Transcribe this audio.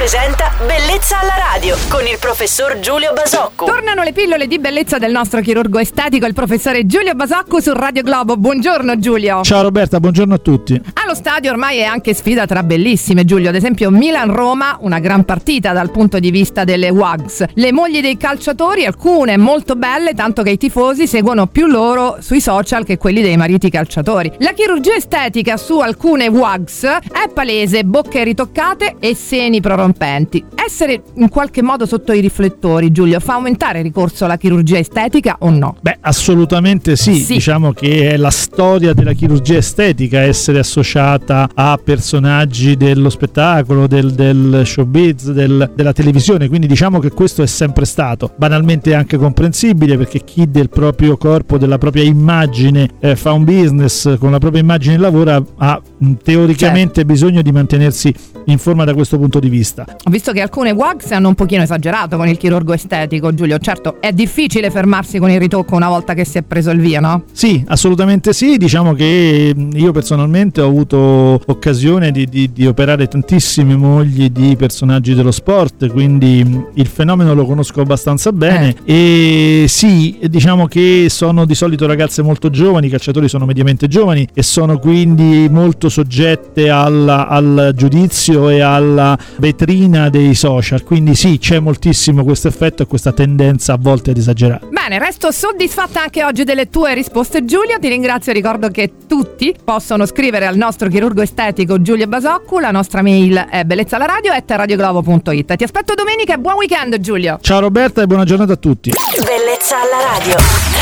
presenta Bellezza alla radio con il professor Giulio Basocco. Tornano le pillole di bellezza del nostro chirurgo estetico, il professore Giulio Basocco su Radio Globo. Buongiorno Giulio. Ciao Roberta, buongiorno a tutti. Allo stadio ormai è anche sfida tra bellissime, Giulio. Ad esempio Milan-Roma, una gran partita dal punto di vista delle WAGs. Le mogli dei calciatori, alcune molto belle, tanto che i tifosi seguono più loro sui social che quelli dei mariti calciatori. La chirurgia estetica su alcune WAGs è palese: bocche ritoccate e seni prorompenti. Essere in qualche modo sotto i riflettori, Giulio, fa aumentare il ricorso alla chirurgia estetica o no? Beh, assolutamente sì. Diciamo che è la storia della chirurgia estetica essere associata a personaggi dello spettacolo, del showbiz, della televisione, quindi diciamo che questo è sempre stato banalmente anche comprensibile, perché chi del proprio corpo, della propria immagine fa un business, con la propria immagine lavora, ha teoricamente bisogno di mantenersi in forma da questo punto di vista. Ho visto che alcune WAGs hanno un pochino esagerato con il chirurgo estetico, Giulio. Certo, è difficile fermarsi con il ritocco una volta che si è preso il via, no? Sì, assolutamente sì. Diciamo che io personalmente ho avuto occasione di operare tantissime mogli di personaggi dello sport, quindi il fenomeno lo conosco abbastanza bene. E sì, diciamo che sono di solito ragazze molto giovani, i calciatori sono mediamente giovani e sono quindi molto soggette al giudizio e alla vetrina dei social, quindi sì, c'è moltissimo questo effetto e questa tendenza a volte ad esagerare. Bene, resto soddisfatta anche oggi delle tue risposte, Giulio. Ti ringrazio e ricordo che tutti possono scrivere al nostro chirurgo estetico Giulio Basocco. La nostra mail è bellezzalaradio@radioglobo.it. Ti aspetto domenica e buon weekend, Giulio. Ciao Roberta e buona giornata a tutti. Bellezza alla radio.